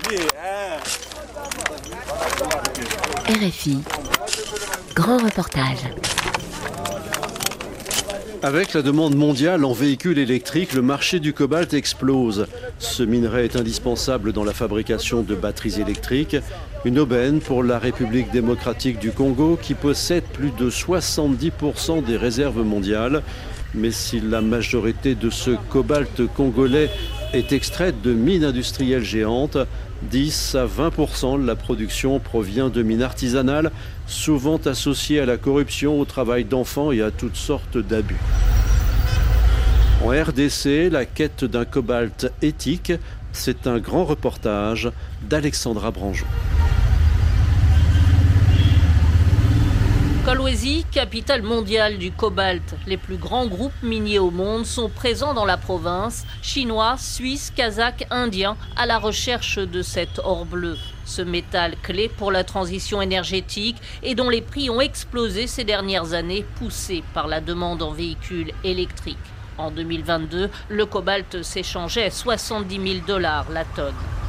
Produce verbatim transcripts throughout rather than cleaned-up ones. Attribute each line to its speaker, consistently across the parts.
Speaker 1: R F I, grand reportage.
Speaker 2: Avec la demande mondiale en véhicules électriques, le marché du cobalt explose. Ce minerai est indispensable dans la fabrication de batteries électriques. Une aubaine pour la République démocratique du Congo qui possède plus de soixante-dix pour cent des réserves mondiales. Mais si la majorité de ce cobalt congolais est extraite de mines industrielles géantes, dix à vingt pour cent de la production provient de mines artisanales, souvent associées à la corruption, au travail d'enfants et à toutes sortes d'abus. En R D C, la quête d'un cobalt éthique, c'est un grand reportage d'Alexandra Branjon.
Speaker 3: Kolwezi, capitale mondiale du cobalt. Les plus grands groupes miniers au monde sont présents dans la province, chinois, suisses, kazakhs, indiens, à la recherche de cet or bleu. Ce métal clé pour la transition énergétique et dont les prix ont explosé ces dernières années, poussés par la demande en véhicules électriques. En deux mille vingt-deux, le cobalt s'échangeait à soixante-dix mille dollars la tonne.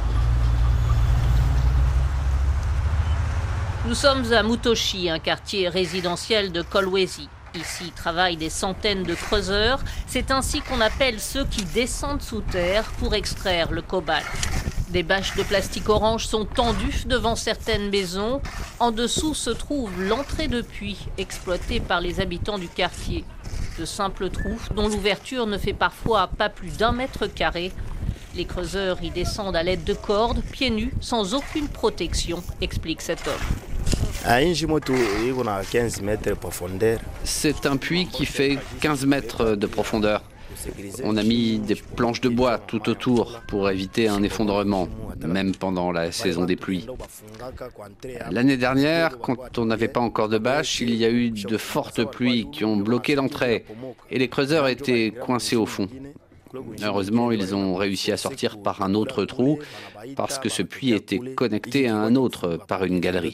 Speaker 3: Nous sommes à Mutoshi, un quartier résidentiel de Kolwezi. Ici travaillent des centaines de creuseurs. C'est ainsi qu'on appelle ceux qui descendent sous terre pour extraire le cobalt. Des bâches de plastique orange sont tendues devant certaines maisons. En dessous se trouve l'entrée de puits exploitée par les habitants du quartier. De simples trous dont l'ouverture ne fait parfois pas plus d'un mètre carré. Les creuseurs y descendent à l'aide de cordes, pieds nus, sans aucune protection, explique cet homme.
Speaker 4: C'est un puits qui fait quinze mètres de profondeur. On a mis des planches de bois tout autour pour éviter un effondrement, même pendant la saison des pluies. L'année dernière, quand on n'avait pas encore de bâches, il y a eu de fortes pluies qui ont bloqué l'entrée et les creuseurs étaient coincés au fond. Heureusement, ils ont réussi à sortir par un autre trou parce que ce puits était connecté à un autre par une galerie.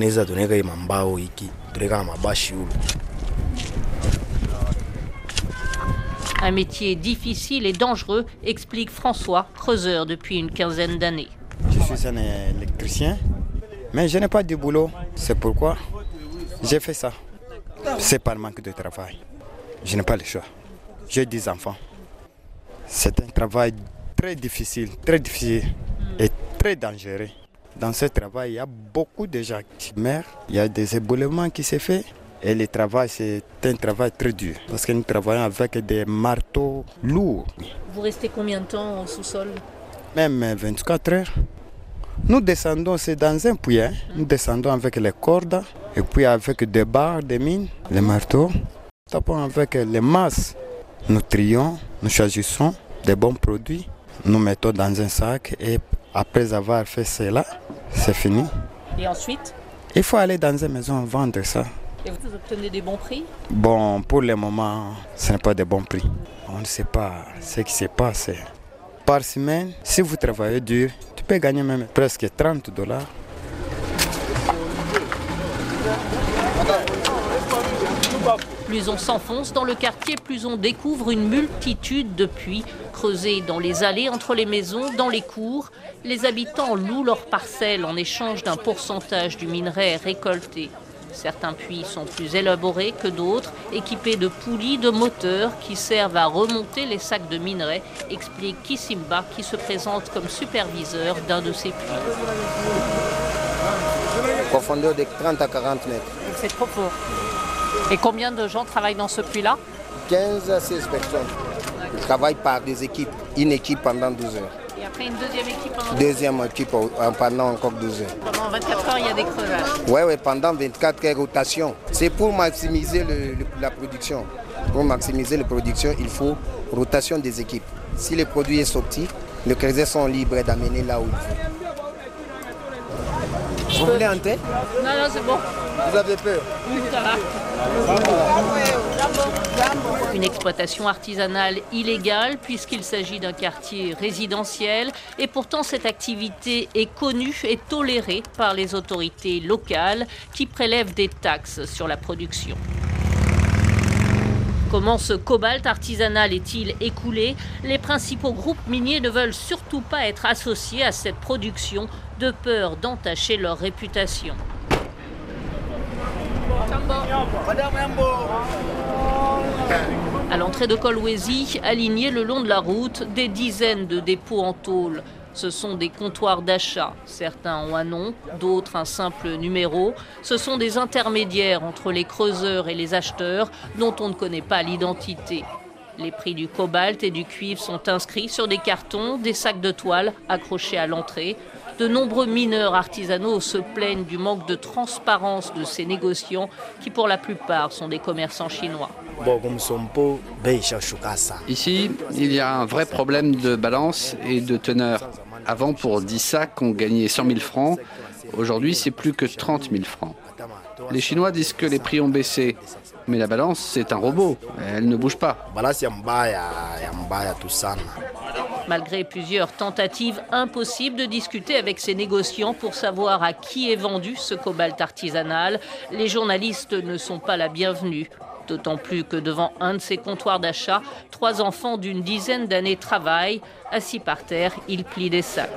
Speaker 3: Un métier difficile et dangereux, explique François, creuseur depuis une quinzaine d'années.
Speaker 5: Je suis un électricien, mais je n'ai pas de boulot. C'est pourquoi j'ai fait ça. C'est par manque de travail. Je n'ai pas le choix. J'ai des enfants. C'est un travail très difficile, très difficile et très dangereux. Dans ce travail, il y a beaucoup de gens qui meurent. Il y a des éboulements qui se font. Et le travail, c'est un travail très dur. Parce que nous travaillons avec des marteaux lourds.
Speaker 3: Vous restez combien de temps au sous-sol?
Speaker 5: Même vingt-quatre heures. Nous descendons, c'est dans un puits. Hein. Nous descendons avec les cordes. Et puis avec des barres, des mines, les marteaux. Nous tapons avec les masses. Nous trions, nous choisissons des bons produits, nous mettons dans un sac et après avoir fait cela, c'est fini.
Speaker 3: Et ensuite?
Speaker 5: Il faut aller dans une maison vendre ça.
Speaker 3: Et vous obtenez des bons prix?
Speaker 5: Bon, pour le moment, ce n'est pas des bons prix. On ne sait pas ce qui se passe. Par semaine, si vous travaillez dur, tu peux gagner même presque trente dollars.
Speaker 3: Plus on s'enfonce dans le quartier, plus on découvre une multitude de puits creusés dans les allées entre les maisons, dans les cours. Les habitants louent leurs parcelles en échange d'un pourcentage du minerai récolté. Certains puits sont plus élaborés que d'autres, équipés de poulies, de moteurs qui servent à remonter les sacs de minerai, explique Kisimba qui se présente comme superviseur d'un de ces puits.
Speaker 6: Profondeur de trente à quarante mètres.
Speaker 3: C'est trop fort. Et combien de gens travaillent dans ce puits-là?
Speaker 6: quinze à seize personnes. Ils travaillent par des équipes, une équipe pendant douze heures.
Speaker 3: Et après une deuxième équipe pendant
Speaker 6: Deuxième équipe pendant encore douze heures.
Speaker 3: Pendant vingt-quatre heures, il y a des creusages.
Speaker 6: Oui, ouais, pendant vingt-quatre heures rotation. C'est pour maximiser le, le, la production. Pour maximiser la production, il faut rotation des équipes. Si le produit est sorti, les creuseurs sont libres d'amener là où il faut. Vous voulez un thé?
Speaker 3: Non, non, c'est bon.
Speaker 6: Vous avez peur?
Speaker 3: Oui, ça va. Une exploitation artisanale illégale puisqu'il s'agit d'un quartier résidentiel et pourtant cette activité est connue et tolérée par les autorités locales qui prélèvent des taxes sur la production. Comment ce cobalt artisanal est-il écoulé? Les principaux groupes miniers ne veulent surtout pas être associés à cette production de peur d'entacher leur réputation. À l'entrée de Kolwezi, alignés le long de la route, des dizaines de dépôts en tôle. Ce sont des comptoirs d'achat. Certains ont un nom, d'autres un simple numéro. Ce sont des intermédiaires entre les creuseurs et les acheteurs dont on ne connaît pas l'identité. Les prix du cobalt et du cuivre sont inscrits sur des cartons, des sacs de toile accrochés à l'entrée. De nombreux mineurs artisanaux se plaignent du manque de transparence de ces négociants qui, pour la plupart, sont des commerçants chinois.
Speaker 4: Ici, il y a un vrai problème de balance et de teneur. Avant, pour dix sacs, on gagnait cent mille francs. Aujourd'hui, c'est plus que trente mille francs. Les Chinois disent que les prix ont baissé. Mais la balance, c'est un robot. Elle ne bouge pas.
Speaker 3: Malgré plusieurs tentatives, impossible de discuter avec ces négociants pour savoir à qui est vendu ce cobalt artisanal. Les journalistes ne sont pas la bienvenue. D'autant plus que devant un de ces comptoirs d'achat, trois enfants d'une dizaine d'années travaillent. Assis par terre, ils plient des sacs.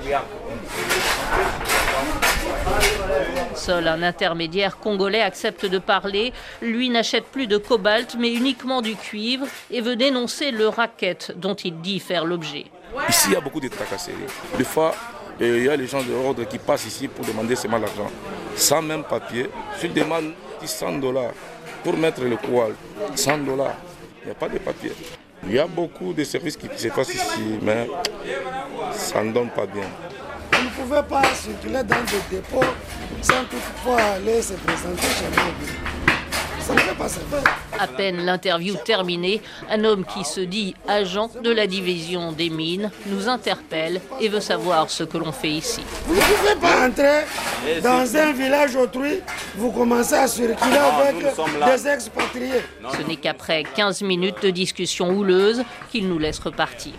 Speaker 3: Seul un intermédiaire congolais accepte de parler. Lui n'achète plus de cobalt, mais uniquement du cuivre et veut dénoncer le racket dont il dit faire l'objet.
Speaker 7: Ici, il y a beaucoup de tracasseries. Des fois, il y a les gens de l'ordre qui passent ici pour demander seulement l'argent. Sans même papier, je demande cent dollars pour mettre le coal. cent dollars. Il n'y a pas de papier. Il y a beaucoup de services qui se passent ici, mais ça ne donne pas bien.
Speaker 8: Vous ne pouvez pas circuler dans des dépôts sans toutefois aller se présenter chez nous. Ça ne peut pas se faire.
Speaker 3: À peine l'interview terminée, un homme qui se dit agent de la division des mines nous interpelle et veut savoir ce que l'on fait ici.
Speaker 8: Vous ne pouvez pas entrer dans un village autrui, vous commencez à circuler avec des expatriés.
Speaker 3: Ce n'est qu'après quinze minutes de discussion houleuse qu'il nous laisse repartir.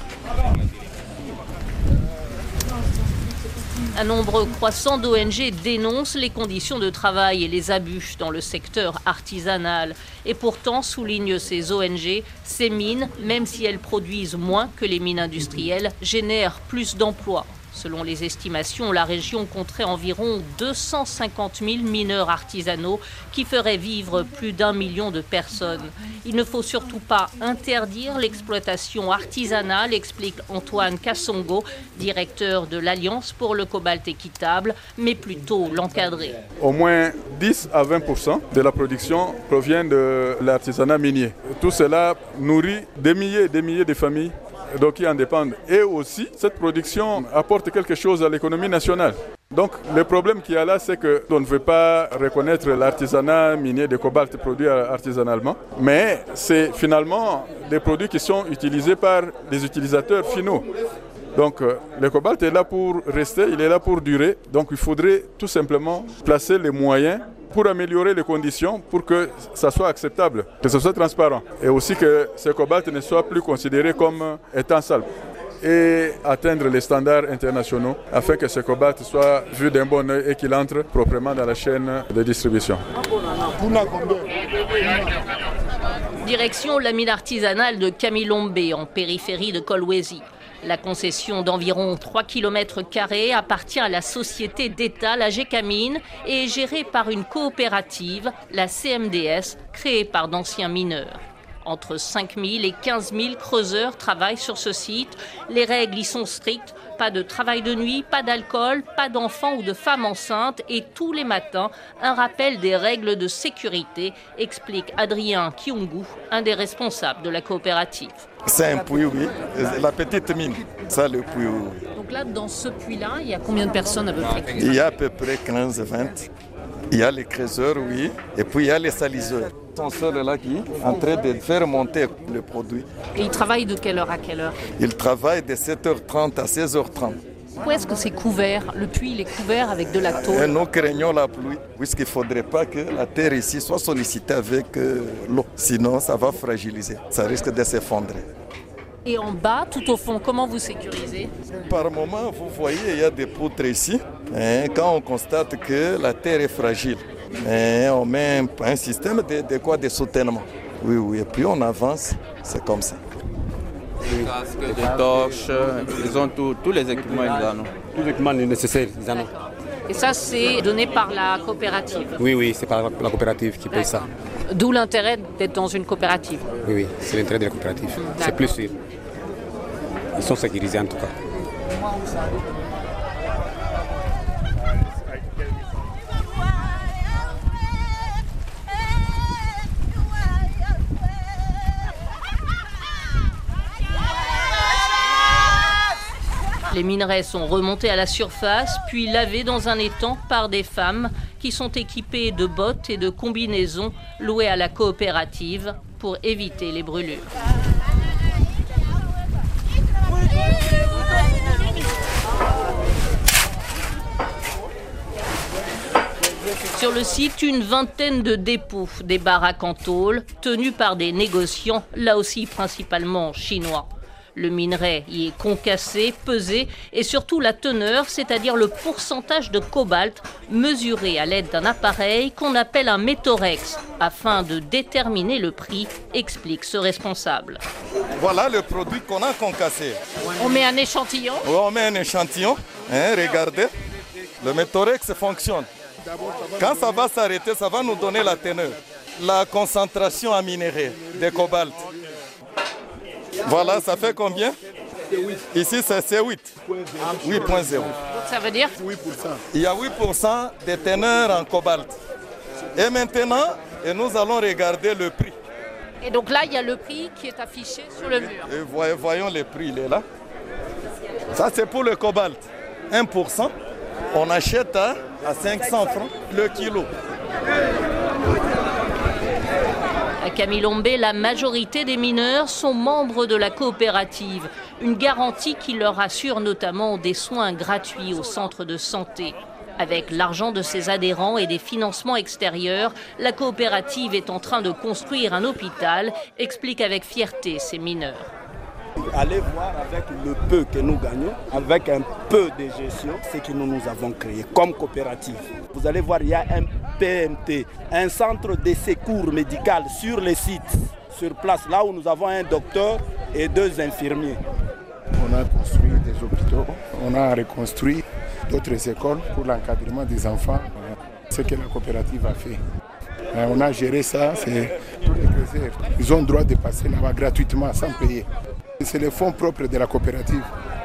Speaker 3: Un nombre croissant d'O N G dénoncent les conditions de travail et les abus dans le secteur artisanal. Et pourtant, soulignent ces O N G, ces mines, même si elles produisent moins que les mines industrielles, génèrent plus d'emplois. Selon les estimations, la région compterait environ deux cent cinquante mille mineurs artisanaux qui feraient vivre plus d'un million de personnes. Il ne faut surtout pas interdire l'exploitation artisanale, explique Antoine Kassongo, directeur de l'Alliance pour le cobalt équitable, mais plutôt l'encadrer.
Speaker 9: Au moins dix à vingt pour cent de la production provient de l'artisanat minier. Tout cela nourrit des milliers et des milliers de familles. Donc qui en dépendent. Et aussi, cette production apporte quelque chose à l'économie nationale. Donc le problème qu'il y a là, c'est qu'on ne veut pas reconnaître l'artisanat minier de cobalt produit artisanalement, mais c'est finalement des produits qui sont utilisés par les utilisateurs finaux. Donc le cobalt est là pour rester, il est là pour durer. Donc il faudrait tout simplement placer les moyens pour améliorer les conditions, pour que ça soit acceptable, que ce soit transparent. Et aussi que ce cobalt ne soit plus considéré comme étant sale. Et atteindre les standards internationaux afin que ce cobalt soit vu d'un bon œil et qu'il entre proprement dans la chaîne de distribution.
Speaker 3: Direction la mine artisanale de Kamilombe, en périphérie de Kolwezi. La concession d'environ trois kilomètres carrés appartient à la société d'État, la Gécamine, et est gérée par une coopérative, la C M D S, créée par d'anciens mineurs. Entre cinq mille et quinze mille creuseurs travaillent sur ce site. Les règles y sont strictes. Pas de travail de nuit, pas d'alcool, pas d'enfants ou de femmes enceintes. Et tous les matins, un rappel des règles de sécurité, explique Adrien Kiungu, un des responsables de la coopérative.
Speaker 10: C'est un puits, oui. La petite mine, ça le puits, oui.
Speaker 3: Donc là, dans ce puits-là, il y a combien de personnes à peu près?
Speaker 10: Il y a à peu près quinze à vingt. Il y a les creuseurs, oui, et puis il y a les saliseurs. Ils sont seuls là qui sont en train de faire monter le produit.
Speaker 3: Et ils travaillent de quelle heure à quelle heure?
Speaker 10: Ils travaillent de sept heures trente à seize heures trente.
Speaker 3: Pourquoi est-ce que c'est couvert? Le puits, il est couvert avec de la tôle.
Speaker 10: Et nous craignons la pluie, puisqu'il ne faudrait pas que la terre ici soit sollicitée avec euh, l'eau. Sinon, ça va fragiliser, ça risque de s'effondrer.
Speaker 3: Et en bas, tout au fond, comment vous sécurisez?
Speaker 10: Par moment, vous voyez, il y a des poutres ici. Et quand on constate que la terre est fragile, et on met un système de, de quoi de soutènement. Oui, oui, et puis on avance, c'est comme ça.
Speaker 11: Des casques, des torches, ils ont tout, tous les équipements, ils en ont.
Speaker 12: Tous les équipements nécessaires, ils en ont.
Speaker 3: Et ça, c'est donné par la coopérative?
Speaker 12: Oui, oui, c'est par la coopérative qui paye ça.
Speaker 3: D'où l'intérêt d'être dans une coopérative?
Speaker 12: Oui, oui, c'est l'intérêt de la coopérative. C'est plus sûr. Ils sont sécurisés en tout cas.
Speaker 3: Les minerais sont remontés à la surface, puis lavés dans un étang par des femmes qui sont équipées de bottes et de combinaisons louées à la coopérative pour éviter les brûlures. Sur le site, une vingtaine de dépôts, des baraques en tôle, tenus par des négociants, là aussi principalement chinois. Le minerai y est concassé, pesé et surtout la teneur, c'est-à-dire le pourcentage de cobalt mesuré à l'aide d'un appareil qu'on appelle un métorex afin de déterminer le prix, explique ce responsable.
Speaker 10: Voilà le produit qu'on a concassé.
Speaker 3: On met un échantillon?
Speaker 10: Oui, on met un échantillon. Hein, regardez, le métorex fonctionne. Quand ça va s'arrêter, ça va nous donner la teneur, la concentration en minerai de cobalt. Voilà, ça fait combien? Ici, c'est C huit. huit virgule zéro.
Speaker 3: Ça veut dire?
Speaker 10: Il y a huit pour cent de teneur en cobalt. Et maintenant, et nous allons regarder le prix.
Speaker 3: Et donc là, il y a le prix qui est affiché sur le mur.
Speaker 10: Et voyons, voyons le prix, il est là. Ça, c'est pour le cobalt. un pour cent. On achète à, à cinq cents francs le kilo.
Speaker 3: À Kamilombe, la majorité des mineurs sont membres de la coopérative, une garantie qui leur assure notamment des soins gratuits au centre de santé. Avec l'argent de ses adhérents et des financements extérieurs, la coopérative est en train de construire un hôpital, explique avec fierté ces mineurs.
Speaker 13: Allez voir avec le peu que nous gagnons, avec un peu de gestion, ce que nous nous avons créé comme coopérative. Vous allez voir, il y a un P M T, un centre de secours médical sur le site, sur place, là où nous avons un docteur et deux infirmiers.
Speaker 14: On a construit des hôpitaux, on a reconstruit d'autres écoles pour l'encadrement des enfants, ce que la coopérative a fait. On a géré ça, c'est tous les réserves. Ils ont le droit de passer là-bas gratuitement, sans payer. C'est les fonds propres de la coopérative.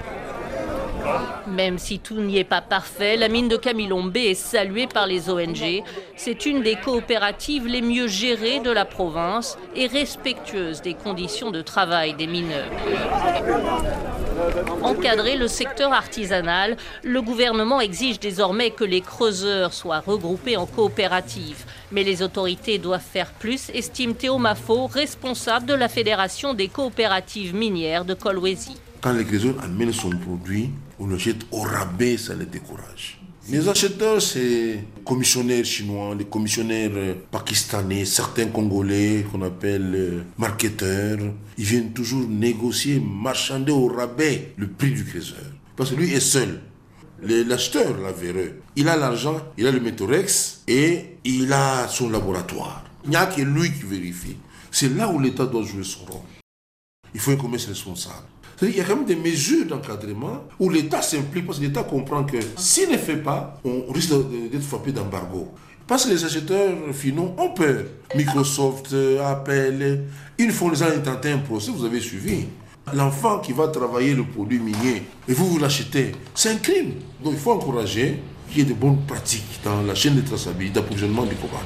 Speaker 3: Même si tout n'y est pas parfait, la mine de Kamilombe est saluée par les O N G. C'est une des coopératives les mieux gérées de la province et respectueuse des conditions de travail des mineurs. Encadrer le secteur artisanal, le gouvernement exige désormais que les creuseurs soient regroupés en coopératives. Mais les autorités doivent faire plus, estime Théo Mafo, responsable de la Fédération des coopératives minières de Kolwezi.
Speaker 15: Quand les creuseurs amènent son produit, on le jette au rabais, ça les décourage. Les acheteurs, c'est les commissionnaires chinois, les commissionnaires pakistanais, certains Congolais qu'on appelle marketeurs. Ils viennent toujours négocier, marchander au rabais le prix du creuseur. Parce que lui est seul. L'acheteur, la véreux, il a l'argent, il a le métorex et il a son laboratoire. Il n'y a que lui qui vérifie. C'est là où l'État doit jouer son rôle. Il faut un commerce responsable. Il y a quand même des mesures d'encadrement où l'État s'implique parce que l'État comprend que s'il ne fait pas, on risque d'être frappé d'embargo. Parce que les acheteurs finaux ont peur. Microsoft, Apple, une fois les gens tenté un procès, vous avez suivi. L'enfant qui va travailler le produit minier et vous, vous l'achetez, c'est un crime. Donc il faut encourager qu'il y ait de bonnes pratiques dans la chaîne de traçabilité d'approvisionnement du cobalt.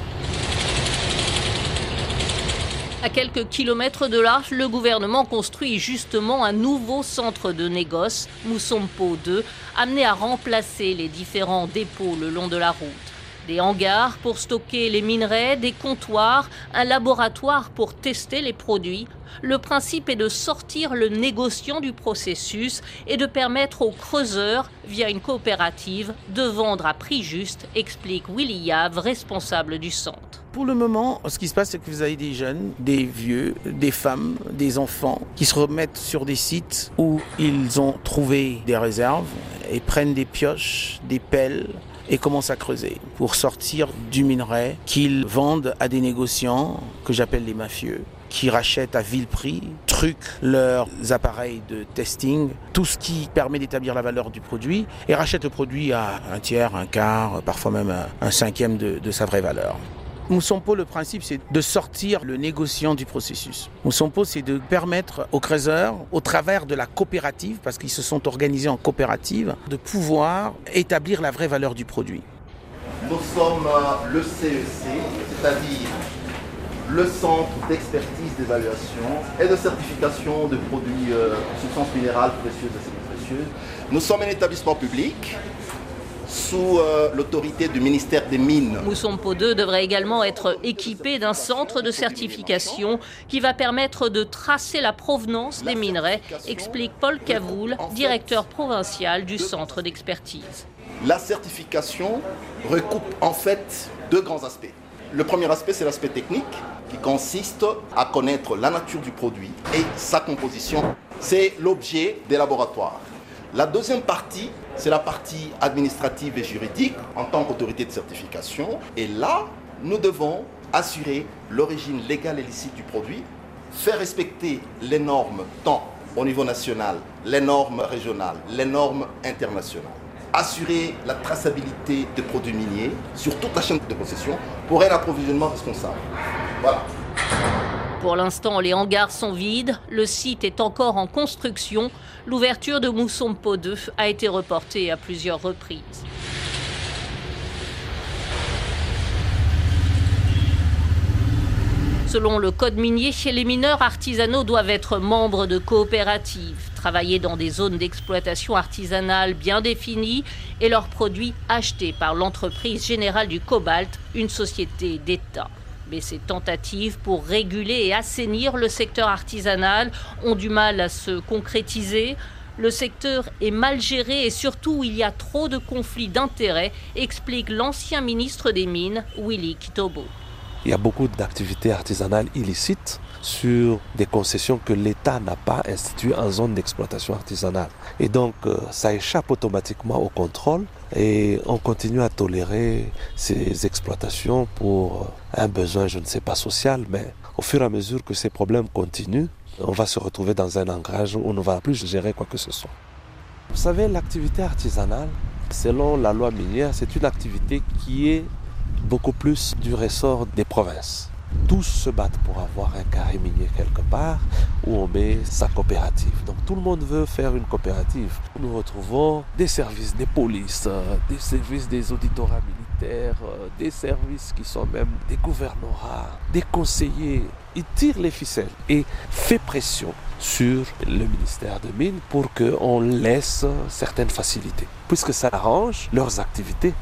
Speaker 3: À quelques kilomètres de là, le gouvernement construit justement un nouveau centre de négoce, Moussompo deux, amené à remplacer les différents dépôts le long de la route. Des hangars pour stocker les minerais, des comptoirs, un laboratoire pour tester les produits. Le principe est de sortir le négociant du processus et de permettre aux creuseurs, via une coopérative, de vendre à prix juste, explique Willy Yav, responsable du centre.
Speaker 16: Pour le moment, ce qui se passe, c'est que vous avez des jeunes, des vieux, des femmes, des enfants qui se remettent sur des sites où ils ont trouvé des réserves et prennent des pioches, des pelles et commencent à creuser pour sortir du minerai qu'ils vendent à des négociants que j'appelle les mafieux, qui rachètent à vil prix, truquent leurs appareils de testing, tout ce qui permet d'établir la valeur du produit, et rachètent le produit à un tiers, un quart, parfois même un cinquième de, de sa vraie valeur. Mousson-Peau, le principe, c'est de sortir le négociant du processus. Mousson-Peau, c'est de permettre aux creuseurs, au travers de la coopérative, parce qu'ils se sont organisés en coopérative, de pouvoir établir la vraie valeur du produit.
Speaker 17: Nous sommes le C E C, c'est-à-dire le Centre d'expertise d'évaluation et de certification de produits euh, substances minérales précieuses et semi-précieuses. Nous sommes un établissement public sous euh, l'autorité du ministère des Mines.
Speaker 3: Mousson-Peau deux devrait également être équipé d'un centre de certification qui va permettre de tracer la provenance des minerais, explique Paul Cavoul, directeur provincial du centre d'expertise.
Speaker 17: La certification recoupe en fait deux grands aspects. Le premier aspect, c'est l'aspect technique qui consiste à connaître la nature du produit et sa composition. C'est l'objet des laboratoires. La deuxième partie, c'est la partie administrative et juridique en tant qu'autorité de certification. Et là, nous devons assurer l'origine légale et licite du produit, faire respecter les normes tant au niveau national, les normes régionales, les normes internationales. Assurer la traçabilité des produits miniers sur toute la chaîne de possession pour un approvisionnement responsable. Voilà.
Speaker 3: Pour l'instant, les hangars sont vides, le site est encore en construction. L'ouverture de Mousson-Peau deux a été reportée à plusieurs reprises. Selon le code minier, les mineurs artisanaux doivent être membres de coopératives, travailler dans des zones d'exploitation artisanale bien définies et leurs produits achetés par l'entreprise générale du cobalt, une société d'État. Mais ces tentatives pour réguler et assainir le secteur artisanal ont du mal à se concrétiser. Le secteur est mal géré et surtout il y a trop de conflits d'intérêts, explique l'ancien ministre des Mines, Willy Kitobo.
Speaker 18: Il y a beaucoup d'activités artisanales illicites sur des concessions que l'État n'a pas instituées en zone d'exploitation artisanale. Et donc, ça échappe automatiquement au contrôle et on continue à tolérer ces exploitations pour un besoin, je ne sais pas, social, mais au fur et à mesure que ces problèmes continuent, on va se retrouver dans un ancrage où on ne va plus gérer quoi que ce soit. Vous savez, l'activité artisanale, selon la loi minière, c'est une activité qui est beaucoup plus du ressort des provinces. Tous se battent pour avoir un carré minier quelque part où on met sa coopérative. Donc tout le monde veut faire une coopérative. Nous retrouvons des services des polices, des services des auditorat militaires, des services qui sont même des gouvernorats, des conseillers. Ils tirent les ficelles et font pression sur le ministère des Mines pour qu'on laisse certaines facilités, puisque ça arrange leurs activités.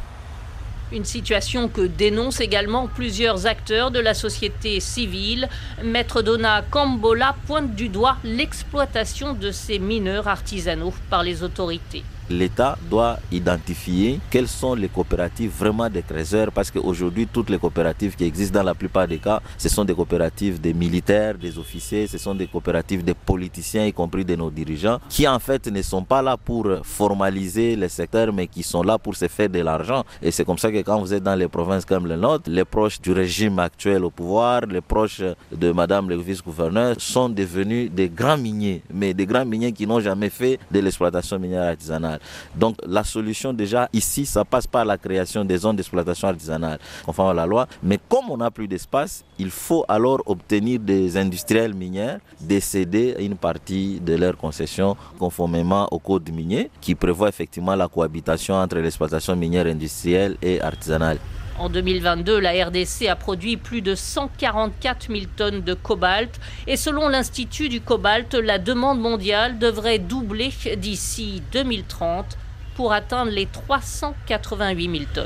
Speaker 3: Une situation que dénoncent également plusieurs acteurs de la société civile. Maître Donna Kambola pointe du doigt l'exploitation de ces mineurs artisanaux par les autorités.
Speaker 19: L'État doit identifier quelles sont les coopératives vraiment des creuseurs, parce qu'aujourd'hui, toutes les coopératives qui existent dans la plupart des cas, ce sont des coopératives des militaires, des officiers, ce sont des coopératives des politiciens, y compris de nos dirigeants, qui en fait ne sont pas là pour formaliser les secteurs, mais qui sont là pour se faire de l'argent. Et c'est comme ça que quand vous êtes dans les provinces comme le nôtre, les proches du régime actuel au pouvoir, les proches de Madame le vice-gouverneur sont devenus des grands miniers, mais des grands miniers qui n'ont jamais fait de l'exploitation minière artisanale. Donc la solution déjà ici, ça passe par la création des zones d'exploitation artisanale conformément à la loi. Mais comme on n'a plus d'espace, il faut alors obtenir des industriels miniers de céder une partie de leurs concessions conformément au code minier qui prévoit effectivement la cohabitation entre l'exploitation minière industrielle et artisanale.
Speaker 3: En deux mille vingt-deux, la R D C a produit plus de cent quarante-quatre mille tonnes de cobalt et selon l'Institut du cobalt, la demande mondiale devrait doubler d'ici deux mille trente pour atteindre les trois cent quatre-vingt-huit mille tonnes.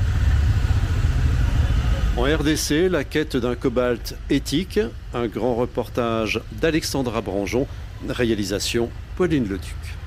Speaker 2: En R D C, la quête d'un cobalt éthique, un grand reportage d'Alexandra Branjon, réalisation Pauline Leduc.